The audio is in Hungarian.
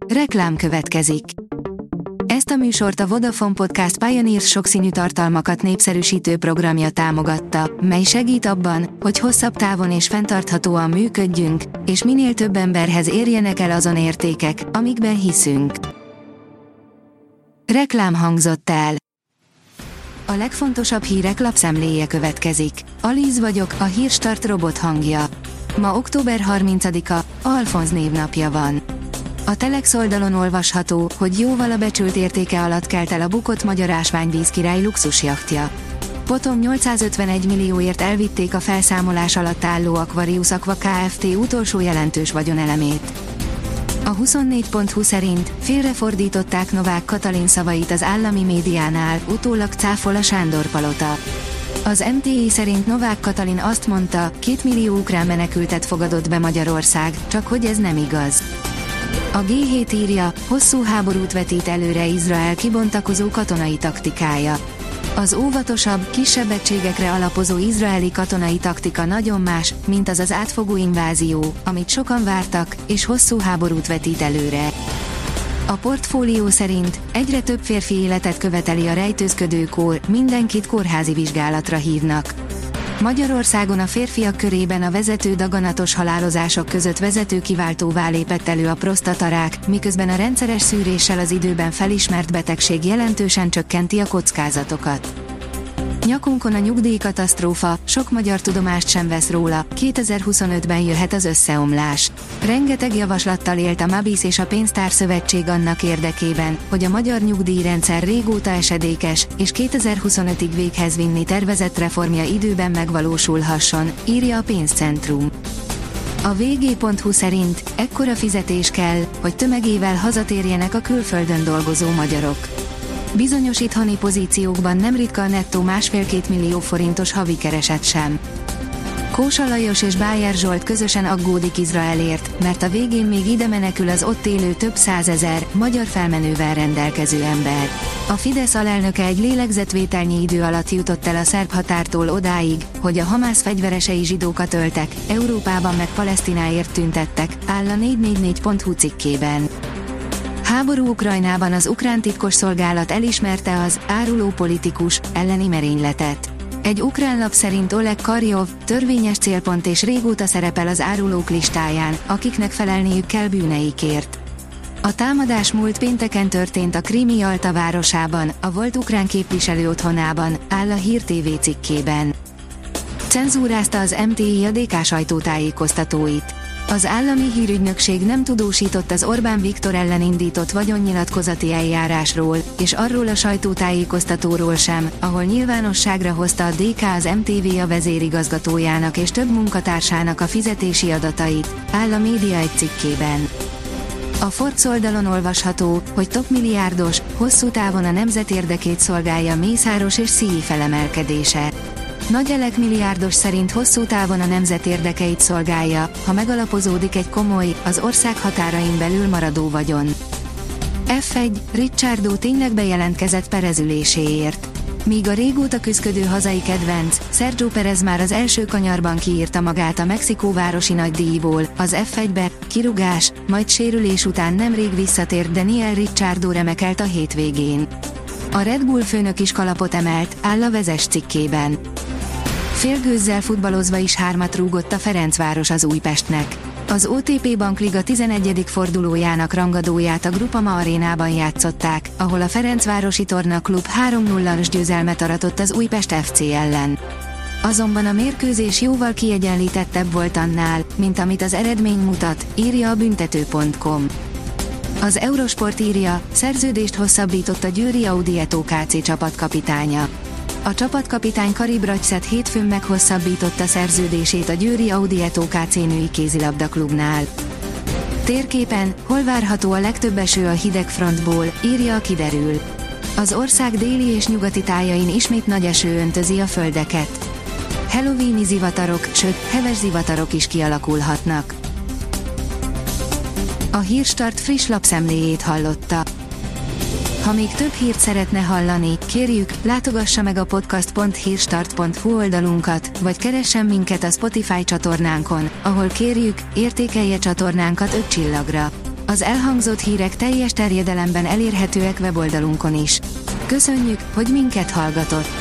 Reklám következik. Ezt a műsort a Vodafone Podcast Pioneers sokszínű tartalmakat népszerűsítő programja támogatta, mely segít abban, hogy hosszabb távon és fenntarthatóan működjünk, és minél több emberhez érjenek el azon értékek, amikben hiszünk. Reklám hangzott el. A legfontosabb hírek lapszemléje következik. Alíz vagyok, a Hírstart robot hangja. Ma október 30-a, Alfonz névnapja van. A Telex oldalon olvasható, hogy jóval a becsült értéke alatt kelt el a bukott magyar ásványvíz király luxusjachtja. Potom 851 millióért elvitték a felszámolás alatt álló Aquarius Aqua Kft. Utolsó jelentős vagyonelemét. A 24.hu szerint félrefordították Novák Katalin szavait az állami médiánál, utólag cáfol a Sándor palota. Az MTI szerint Novák Katalin azt mondta, 2 millió ukrán menekültet fogadott be Magyarország, csak hogy ez nem igaz. A G7 írja, hosszú háborút vetít előre Izrael kibontakozó katonai taktikája. Az óvatosabb, kisebb egységekre alapozó izraeli katonai taktika nagyon más, mint az átfogó invázió, amit sokan vártak, és hosszú háborút vetít előre. A Portfólió szerint egyre több férfi életet követeli a rejtőzködő kór, mindenkit kórházi vizsgálatra hívnak. Magyarországon a férfiak körében a vezető daganatos halálozások között vezető kiváltóvá lépett elő a prostatarák, miközben a rendszeres szűréssel az időben felismert betegség jelentősen csökkenti a kockázatokat. Nyakunkon a nyugdíjkatasztrófa, sok magyar tudomást sem vesz róla, 2025-ben jöhet az összeomlás. Rengeteg javaslattal élt a Mabis és a Pénztárszövetség annak érdekében, hogy a magyar nyugdíjrendszer régóta esedékes, és 2025-ig véghez vinni tervezett reformja időben megvalósulhasson, írja a Pénzcentrum. A vg.hu szerint ekkora fizetés kell, hogy tömegével hazatérjenek a külföldön dolgozó magyarok. Bizonyos itthoni pozíciókban nem ritka a nettó 1,5-2 millió forintos havi kereset sem. Kósa Lajos és Bájer Zsolt közösen aggódik Izraelért, mert a végén még ide menekül az ott élő több százezer, magyar felmenővel rendelkező ember. A Fidesz alelnöke egy lélegzetvételnyi idő alatt jutott el a szerb határtól odáig, hogy a Hamász fegyveresei zsidókat öltek, Európában meg Palesztináért tüntettek, áll a 444.hu cikkében. Háború Ukrajnában az ukrán titkosszolgálat elismerte az áruló politikus elleni merényletet. Egy ukrán lap szerint Oleg Karjov törvényes célpont és régóta szerepel az árulók listáján, akiknek felelniük kell bűneikért. A támadás múlt pénteken történt a Krími Jalta városában, a volt ukrán képviselő otthonában, áll a Hír TV cikkében. Cenzúrázta az MTI a DK sajtótájékoztatóit. Az állami hírügynökség nem tudósított az Orbán Viktor ellen indított vagyonnyilatkozati eljárásról, és arról a sajtótájékoztatóról sem, ahol nyilvánosságra hozta a DK az MTV vezérigazgatójának és több munkatársának a fizetési adatait, áll a Média egy cikkében. A Forbes oldalon olvasható, hogy topmilliárdos, hosszú távon a nemzet érdekét szolgálja Mészáros és Szijji felemelkedése. Nagy Elek milliárdos szerint hosszú távon a nemzet érdekeit szolgálja, ha megalapozódik egy komoly, az ország határain belül maradó vagyon. F1, Ricciardo tényleg bejelentkezett perezüléséért. Míg a régóta küszködő hazai kedvenc, Sergio Perez már az első kanyarban kiírta magát a mexikóvárosi nagydíjból, az F1-be, kirúgás, majd sérülés után nemrég visszatért Daniel Ricciardo remekelt a hétvégén. A Red Bull főnök is kalapot emelt, áll a Vezes cikkében. Félgőzzel futballozva is 3-at rúgott a Ferencváros az Újpestnek. Az OTP Bankliga 11. fordulójának rangadóját a Groupama arénában játszották, ahol a Ferencvárosi Torna Klub 3-0-as győzelmet aratott az Újpest FC ellen. Azonban a mérkőzés jóval kiegyenlítettebb volt annál, mint amit az eredmény mutat, írja a büntető.com. Az Eurosport írja, szerződést hosszabbított a győri Audi Eto KC csapatkapitánya. A csapatkapitány Kari Bracset hétfőn meghosszabbította szerződését a győri Audi Eto KC női kézilabdaklubnál. Térképen, hol várható a legtöbb eső a hideg frontból, írja a Kiderül. Az ország déli és nyugati tájain ismét nagy eső öntözi a földeket. Halloweeni zivatarok, sőt, heves zivatarok is kialakulhatnak. A Hírstart friss lapszemléjét hallotta. Ha még több hírt szeretne hallani, kérjük, látogassa meg a podcast.hírstart.hu oldalunkat, vagy keressen minket a Spotify csatornánkon, ahol kérjük, értékelje csatornánkat 5 csillagra. Az elhangzott hírek teljes terjedelemben elérhetőek weboldalunkon is. Köszönjük, hogy minket hallgatott!